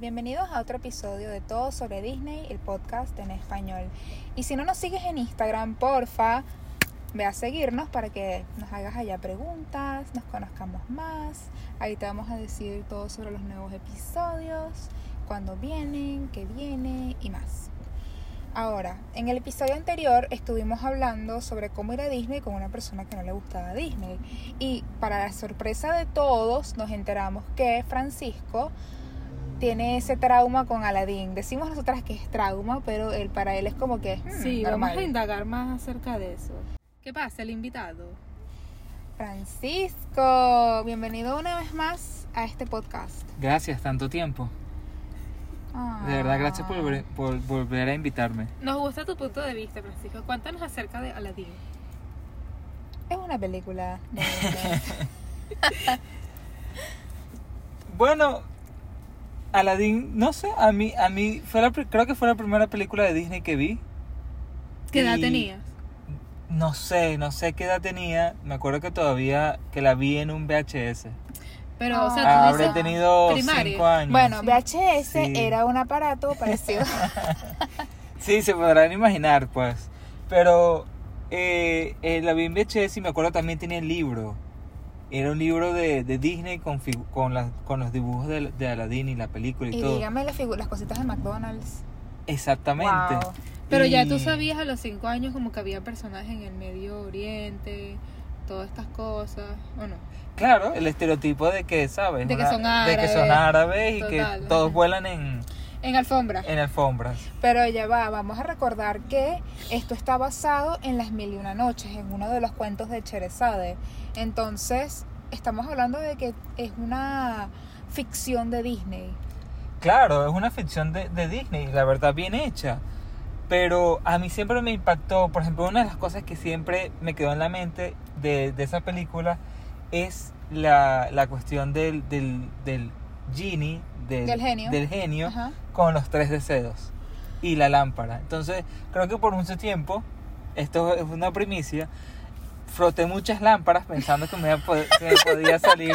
bienvenidos a otro episodio de Todo sobre Disney, el podcast en español. Y si no nos sigues en Instagram, porfa, ve a seguirnos para que nos hagas allá preguntas, nos conozcamos más. Ahí te vamos a decir todo sobre los nuevos episodios, cuándo vienen, qué viene y más. Ahora, en el episodio anterior estuvimos hablando sobre cómo ir a Disney con una persona que no le gustaba Disney. Y para la sorpresa de todos, nos enteramos que Francisco tiene ese trauma con Aladdin. Decimos nosotras que es trauma, pero para él es como que sí, normal. Vamos a indagar más acerca de eso. ¿Qué pasa, el invitado? Francisco, bienvenido una vez más a este podcast. Gracias, tanto tiempo. De verdad, gracias por volver a invitarme. Nos gusta tu punto de vista, Francisco. Cuéntanos acerca de Aladdin. Es una película de Bueno, Aladdin, no sé, a mí creo que fue la primera película de Disney que vi. ¿Qué edad tenías? No sé qué edad tenía. Me acuerdo que todavía que la vi en un VHS. Pero, o sea, tú habré tenido primaria. 5 años. Bueno, VHS Sí. era un aparato parecido. Sí, se podrán imaginar, pues. Pero la vi en VHS y me acuerdo también tenía el libro. Era un libro de Disney con los dibujos de Aladdin y la película y todo. Dígame las cositas de McDonald's. Exactamente. Wow. Pero ya Y- tú sabías a los 5 años como que había personajes en el Medio Oriente, todas estas cosas, ¿o no? Claro, el estereotipo de que, ¿sabes? De que son De que son árabes y total. que todos vuelan en En alfombra. alfombras. Pero ya vamos a recordar que esto está basado en Las Mil y Una Noches, en uno de los cuentos de Sherezade. Entonces, estamos hablando de que es una ficción de Disney. Claro, es una ficción de Disney, la verdad, bien hecha. Pero a mí siempre me impactó, por ejemplo, una de las cosas que siempre me quedó en la mente de esa película es la cuestión del genie, del genio Ajá. con los 3 deseos y la lámpara. Entonces, creo que por mucho tiempo, esto es una primicia, froté muchas lámparas pensando que me podía salir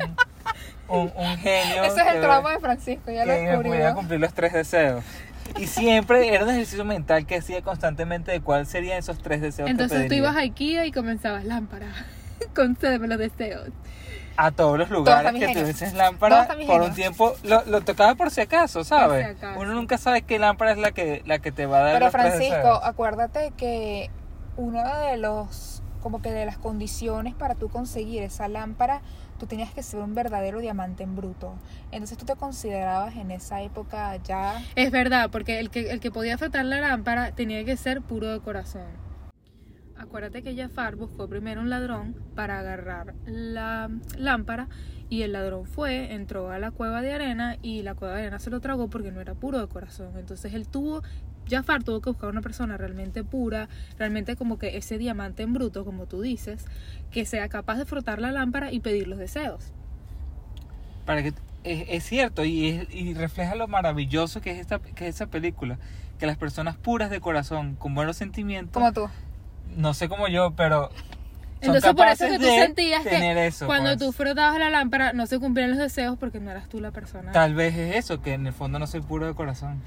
un genio. Ese es el que- trauma de Francisco, ya lo que me podía descubrimos. cumplir los 3 deseos. Y siempre era un ejercicio mental que hacía constantemente de cuáles serían esos 3 deseos Entonces que tú pediría. ibas a IKEA y comenzabas lámpara. Concédeme los deseos. A todos los lugares Todos que están tuvieses Todos lámpara están mis por un genios. tiempo lo tocaba por si acaso, ¿sabes? Por si acaso. Uno nunca sabe qué lámpara es la que te va a dar Pero los 3 Francisco, deseos. acuérdate que uno de los, como que de las condiciones para tú conseguir esa lámpara, tú tenías que ser un verdadero diamante en bruto. Entonces tú te considerabas en esa época ya... Es verdad, porque el que podía frotar la lámpara tenía que ser puro de corazón. Acuérdate que Jafar buscó primero un ladrón para agarrar la lámpara y el ladrón entró a la cueva de arena y la cueva de arena se lo tragó porque no era puro de corazón. Entonces Jafar tuvo que buscar una persona realmente pura, realmente como que ese diamante en bruto, como tú dices, que sea capaz de frotar la lámpara y pedir los deseos. Para que es cierto y refleja lo maravilloso que es esa película, que las personas puras de corazón, con buenos sentimientos, Como tú. no sé como yo, pero son Entonces por eso es capaces que tú de sentías tener que eso, cuando pues. tú frotabas la lámpara no se cumplían los deseos porque no eras tú la persona. Tal vez es eso, que en el fondo no soy puro de corazón.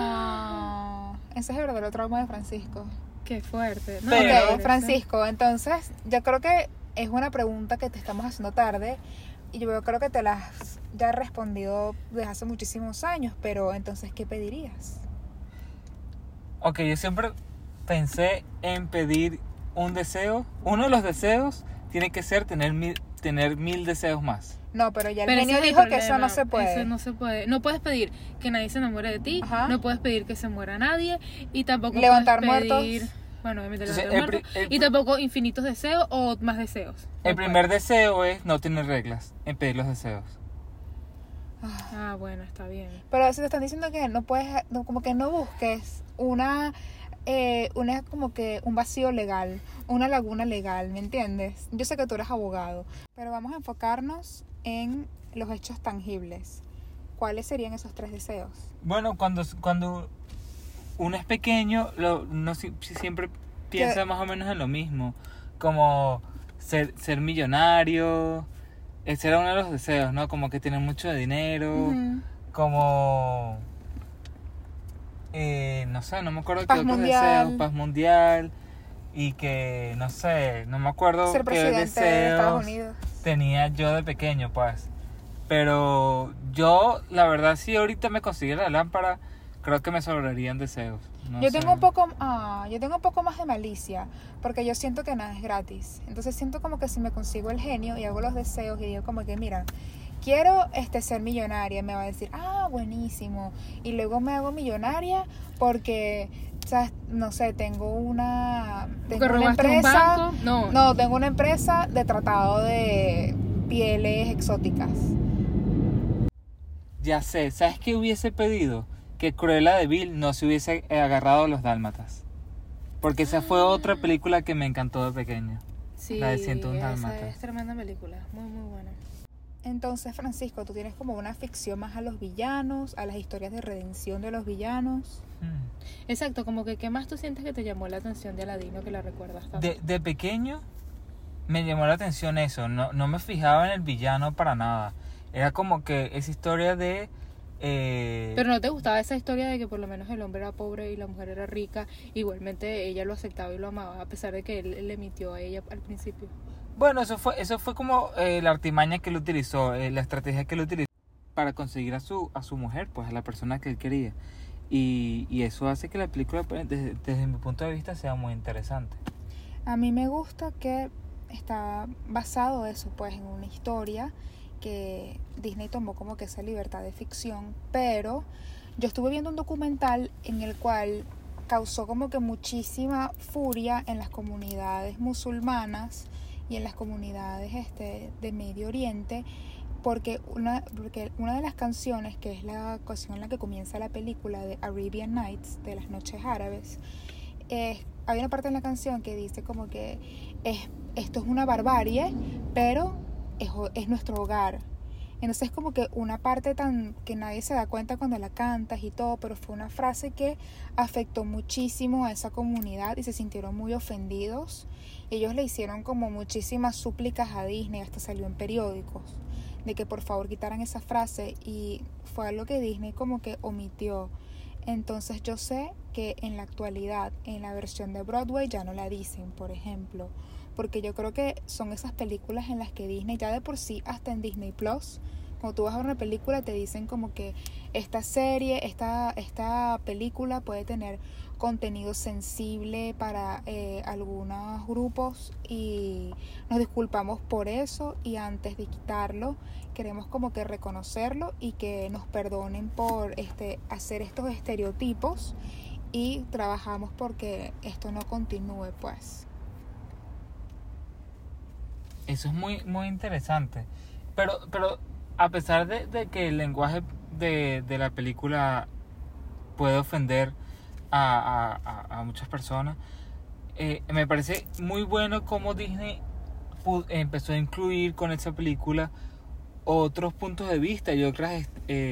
Ese es el verdadero trauma de Francisco. Qué fuerte. No, Pero- Ok, Francisco, entonces yo creo que es una pregunta que te estamos haciendo tarde y yo creo que te la has ya respondido desde hace muchísimos años, pero entonces, ¿qué pedirías? Ok, yo siempre pensé en pedir un deseo. Uno de los deseos tiene que ser tener 1000 deseos más. No, pero ya el Pero genio ese es el dijo que eso problema, no se puede. Eso no se puede. No puedes pedir que nadie se enamore de ti, Ajá. no puedes pedir que se muera nadie y tampoco Levantar puedes pedir, muertos. bueno, obviamente Entonces, levantar muertos y tampoco infinitos deseos o más deseos. El No primer puedes. deseo es no tener reglas en pedir los deseos. Ah, bueno, está bien. Pero si te están diciendo que no puedes, como que no busques una como que un vacío legal, una laguna legal, ¿me entiendes? Yo sé que tú eres abogado, pero vamos a enfocarnos en los hechos tangibles. ¿Cuáles serían esos 3 deseos? Bueno, cuando uno es pequeño, uno siempre piensa más o menos en lo mismo. Como ser millonario. Ese era uno de los deseos, ¿no? Como que tener mucho dinero. Ujú. como no sé, no me acuerdo Paz qué otros mundial. deseos, paz mundial, y que no sé, no me acuerdo Ser qué presidente de Estados deseos Unidos. tenía yo de pequeño, pues. Pero yo, la verdad, si ahorita me consiguiera la lámpara, creo que me sobrarían deseos. No Yo sé. tengo un poco más de malicia, porque yo siento que nada es gratis. Entonces siento como que si me consigo el genio y hago los deseos y digo como que mira, quiero ser millonaria, me va a decir, buenísimo. Y luego me hago millonaria porque, ¿sabes? No sé, tengo una ¿Porque robaste un empresa. banco? No. No, tengo una empresa de tratado de pieles exóticas. Ya sé, ¿sabes qué hubiese pedido? Que Cruella de Vil no se hubiese agarrado a los dálmatas. Porque esa fue otra película que me encantó de pequeño. Sí, La de 101 esa dálmatas. es tremenda película, muy muy buena. Entonces, Francisco, tú tienes como una ficción más a los villanos, a las historias de redención de los villanos. Exacto, como que ¿qué más tú sientes que te llamó la atención de Aladino que la recuerdas tanto? De pequeño me llamó la atención eso. No me fijaba en el villano para nada. Era como que esa historia de... Pero ¿no te gustaba esa historia de que por lo menos el hombre era pobre y la mujer era rica? Igualmente ella lo aceptaba y lo amaba, a pesar de que él le mintió a ella al principio. Bueno, eso fue como la artimaña que él utilizó, la estrategia que él utilizó para conseguir a su mujer, pues a la persona que él quería. Y eso hace que la película, pues, desde mi punto de vista, sea muy interesante. A mí me gusta que está basado eso, pues, en una historia que Disney tomó como que esa libertad de ficción, pero yo estuve viendo un documental en el cual causó como que muchísima furia en las comunidades musulmanas y en las comunidades de Medio Oriente, porque una de las canciones, que es la canción en la que comienza la película de Arabian Nights, de las noches árabes, hay una parte en la canción que dice como que esto es una barbarie, pero es nuestro hogar. Entonces como que una parte tan que nadie se da cuenta cuando la cantas y todo, pero fue una frase que afectó muchísimo a esa comunidad y se sintieron muy ofendidos. Ellos le hicieron como muchísimas súplicas a Disney, hasta salió en periódicos, de que por favor quitaran esa frase, y fue algo que Disney como que omitió. Entonces yo sé que en la actualidad, en la versión de Broadway ya no la dicen, por ejemplo, porque yo creo que son esas películas en las que Disney, ya de por sí, hasta en Disney Plus, cuando tú vas a ver una película te dicen como que esta serie, esta película puede tener contenido sensible para algunos grupos, y nos disculpamos por eso, y antes de quitarlo queremos como que reconocerlo y que nos perdonen por hacer estos estereotipos, y trabajamos porque esto no continúe, pues. Eso es muy, muy interesante. Pero a pesar de que el lenguaje de la película puede ofender a muchas personas, me parece muy bueno cómo Disney empezó a incluir con esa película otros puntos de vista y otras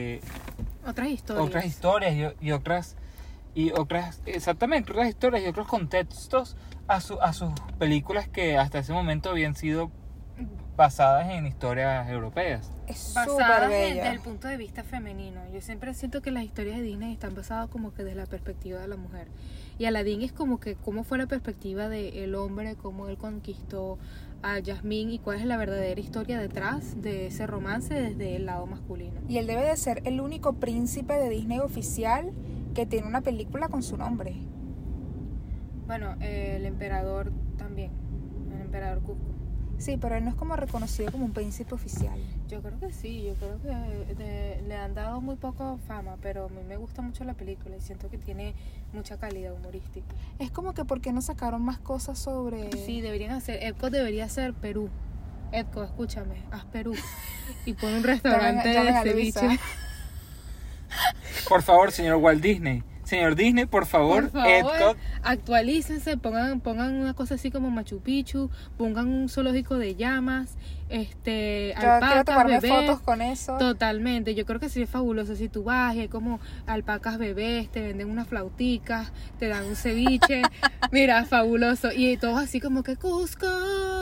historias y otras exactamente otras historias y otros contextos a sus películas que hasta ese momento habían sido basadas en historias europeas. Es súper Basadas bella. desde el punto de vista femenino. Yo siempre siento que las historias de Disney están basadas como que desde la perspectiva de la mujer. Y Aladdin es como que cómo fue la perspectiva del hombre, cómo él conquistó a Jasmine y cuál es la verdadera historia detrás de ese romance desde el lado masculino. Y él debe de ser el único príncipe de Disney oficial que tiene una película con su nombre. Bueno, el emperador también, el emperador Cusco. Sí, pero él no es como reconocido como un príncipe oficial. Yo creo que sí, yo creo que le han dado muy poco fama, pero a mí me gusta mucho la película y siento que tiene mucha calidad humorística. Es como que ¿por qué no sacaron más cosas sobre...? Sí, deberían hacer, Epcot debería ser Perú. Epcot, escúchame, haz Perú. Y pon un restaurante Llamen a de Luisa. ceviche. Por favor, señor Walt Disney. Señor Disney, por favor, Epcot. Actualícense, pongan una cosa así como Machu Picchu, pongan un zoológico de llamas, Yo quiero alpacas, tomarme bebés. fotos con eso. Totalmente, yo creo que sería fabuloso si tú vas y hay como alpacas bebés, te venden unas flauticas, te dan un ceviche, mira, fabuloso, y todos así como que Cusco,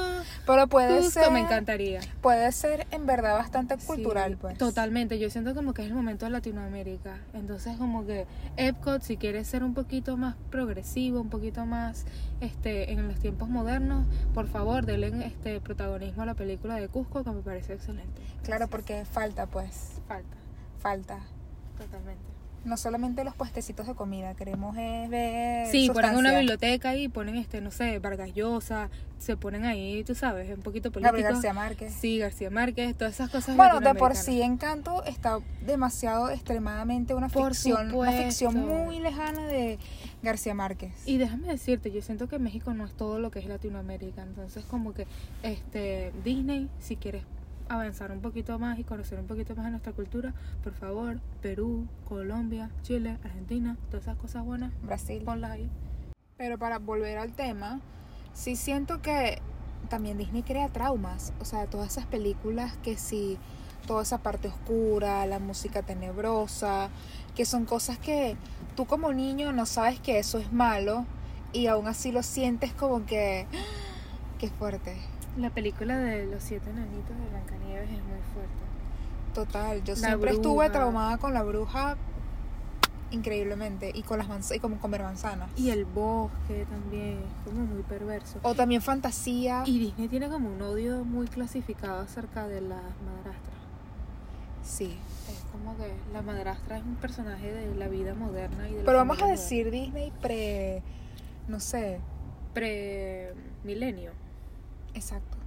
Pero puede Cusco ser, me encantaría. puede ser en verdad bastante Sí, cultural, pues. totalmente. Yo siento como que es el momento de Latinoamérica. Entonces como que Epcot, si quiere ser un poquito más progresivo, un poquito más en los tiempos modernos, por favor, denle protagonismo a la película de Cusco, que me parece excelente. Claro, porque falta, pues, falta. Totalmente. No solamente los puestecitos de comida, queremos ver Sí, ponen una sustancia. biblioteca y ponen no sé, Vargas Llosa, se ponen ahí, tú sabes, un poquito Gabriel político. García Márquez. Sí, García Márquez, todas esas cosas Bueno, de por latinoamericanas. sí Encanto está demasiado extremadamente una Por ficción supuesto. muy lejana de García Márquez. Y déjame decirte, yo siento que México no es todo lo que es Latinoamérica, entonces como que Disney, si quieres avanzar un poquito más y conocer un poquito más de nuestra cultura, por favor, Perú, Colombia, Chile, Argentina, todas esas cosas buenas, Brasil. ponlas ahí. Pero para volver al tema, sí siento que también Disney crea traumas. O sea, todas esas películas que sí, toda esa parte oscura, la música tenebrosa, que son cosas que tú como niño no sabes que eso es malo y aún así lo sientes como que qué fuerte. La película de los 7 enanitos de Blancanieves es muy fuerte. Total, yo La siempre estuve bruja. traumada con la bruja increíblemente y con y como comer manzanas. Y el bosque también, es como muy perverso. O también fantasía. Y Disney tiene como un odio muy clasificado acerca de las madrastras. Sí. Es como que la madrastra es un personaje de la vida moderna y de la Pero vamos a familia decir Disney no sé, moderna. Pre-milenio, exacto.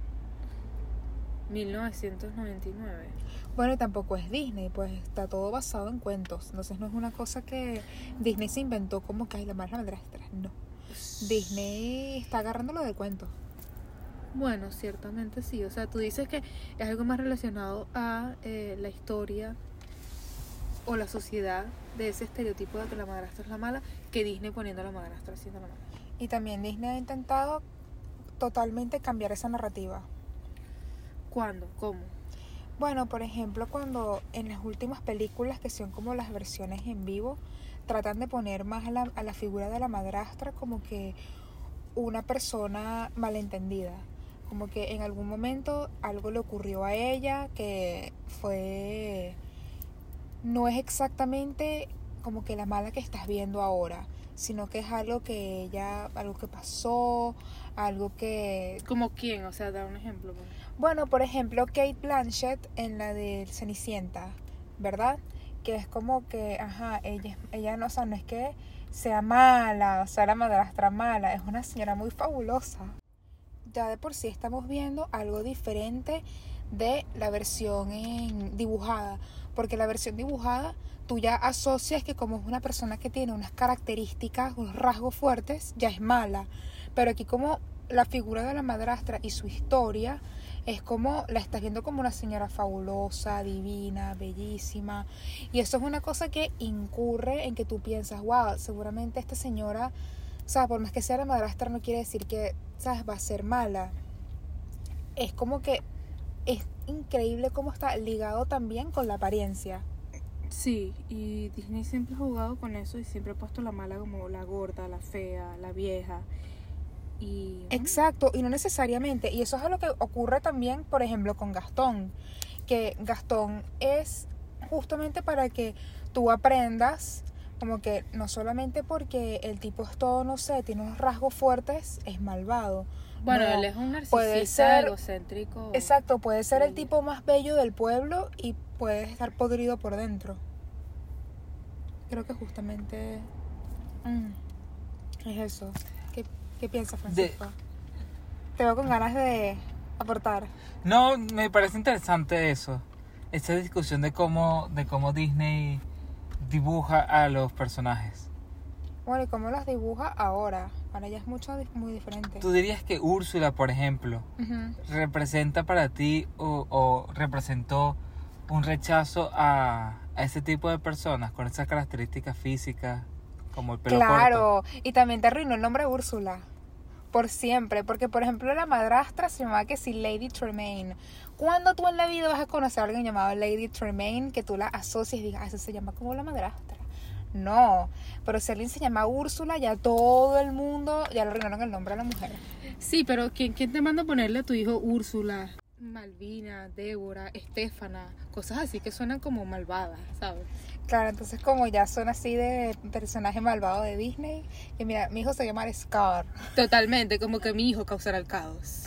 1999. Bueno, y tampoco es Disney, pues está todo basado en cuentos. Entonces no es una cosa que Disney se inventó como que hay la madrastra. No. Disney está agarrándolo de cuentos. Bueno, ciertamente sí. O sea, tú dices que es algo más relacionado a la historia o la sociedad de ese estereotipo de que la madrastra es la mala, que Disney poniendo a la madrastra siendo la mala. Y también Disney ha intentado totalmente cambiar esa narrativa. ¿Cuándo? ¿Cómo? Bueno, por ejemplo, cuando en las últimas películas, que son como las versiones en vivo, tratan de poner más a la figura de la madrastra como que una persona malentendida. Como que en algún momento algo le ocurrió a ella que no es exactamente como que la mala que estás viendo ahora, sino que es algo que pasó, algo que... ¿Como quién? O sea, da un ejemplo. Pues. Bueno, por ejemplo, Kate Blanchett en la de Cenicienta, ¿verdad? Que es como que, ella no, o sea, no es que sea mala, o sea, la madrastra mala, es una señora muy fabulosa. Ya de por sí estamos viendo algo diferente de la versión dibujada, porque la versión dibujada tú ya asocias que como es una persona que tiene unas características, unos rasgos fuertes, ya es mala, pero aquí como la figura de la madrastra y su historia es como la estás viendo como una señora fabulosa, divina, bellísima, y eso es una cosa que incurre en que tú piensas, wow, seguramente esta señora, o sea, por más que sea la madrastra no quiere decir que, sabes, va a ser mala. Es como que es increíble cómo está ligado también con la apariencia. Sí, y Disney siempre ha jugado con eso y siempre ha puesto la mala como la gorda, la fea, la vieja. Y Exacto, y no necesariamente. Y eso es lo que ocurre también, por ejemplo, con Gastón. Que Gastón es justamente para que tú aprendas, como que no solamente porque el tipo es todo, no sé, tiene unos rasgos fuertes, es malvado. bueno, No, él es un puede narcisista ser- egocéntrico. Exacto, puede ser el Bello. tipo más bello del pueblo y puede estar podrido por dentro. Creo que justamente es eso. ¿Qué piensas, Francisco? Te veo con ganas de aportar. No, me parece interesante eso. Esa discusión de cómo Disney dibuja a los personajes. Bueno, ¿y cómo los dibuja ahora? Ahora ya es muy diferente. ¿Tú dirías que Úrsula, por ejemplo, Ujú. representa para ti o representó un rechazo a ese tipo de personas con esas características físicas, como el pelo corto? Claro, y también te arruinó el nombre Úrsula. Por siempre, porque por ejemplo la madrastra se llamaba que sí Lady Tremaine. ¿Cuándo tú en la vida vas a conocer a alguien llamado Lady Tremaine que tú la asocies y digas, eso se llama como la madrastra? No, pero si alguien se llama Úrsula, ya todo el mundo, ya le arruinaron el nombre a la mujer. Sí, pero ¿quién te manda a ponerle a tu hijo Úrsula, Malvina, Débora, Estéfana? Cosas así que suenan como malvadas, ¿sabes? Claro, entonces como ya son así de personaje malvado de Disney, y mira, mi hijo se llama Scar. Totalmente, como que mi hijo causará el caos.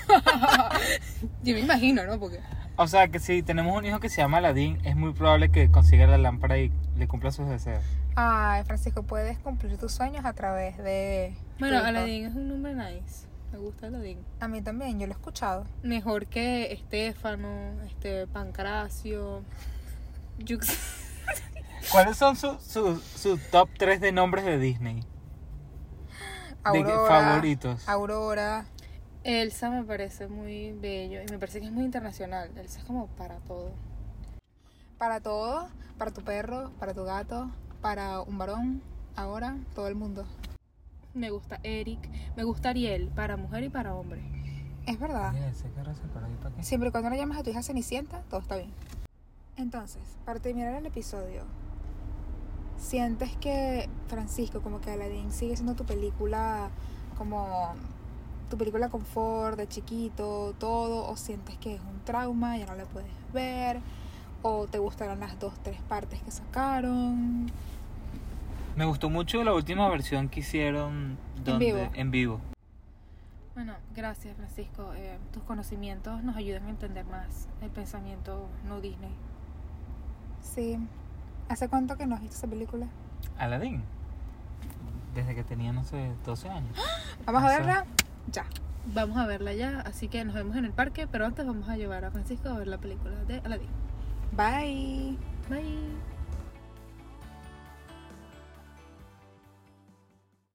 Yo me imagino, ¿no? Porque... O sea, que si tenemos un hijo que se llama Aladín, es muy probable que consiga la lámpara y le cumpla sus deseos. Ay, Francisco, puedes cumplir tus sueños a través de... Bueno, tu hijo. Aladdin es un nombre nice. Me gusta Aladdin. A mí también, yo lo he escuchado. Mejor que Estéfano, Pancracio, Yux. ¿Cuáles son su top 3 de nombres de Disney? Aurora, favoritos. Aurora. Elsa me parece muy bello y me parece que es muy internacional. Elsa es como para todo. Para todo, para tu perro, para tu gato, para un varón, ahora, todo el mundo. Me gusta Eric, me gusta Ariel, para mujer y para hombre. Es verdad. Mira, ese carro se paró ahí, ¿para qué? Siempre y cuando no llamas a tu hija Cenicienta, todo está bien. Entonces, para terminar el episodio, ¿sientes que, Francisco, como que Aladdin sigue siendo tu película, como tu película confort de chiquito, todo? ¿O sientes que es un trauma, ya no la puedes ver? ¿O te gustaron las 2-3 partes que sacaron? Me gustó mucho la última versión que hicieron en vivo. Bueno, gracias Francisco. Tus conocimientos nos ayudan a entender más el pensamiento no Disney. Sí. ¿Hace cuánto que no has visto esa película? Aladín. Desde que tenía, no sé, 12 años. ¿Vamos a No sé. verla? Ya. Vamos a verla ya, así que nos vemos en el parque, pero antes vamos a llevar a Francisco a ver la película de Aladdin. Bye. Bye.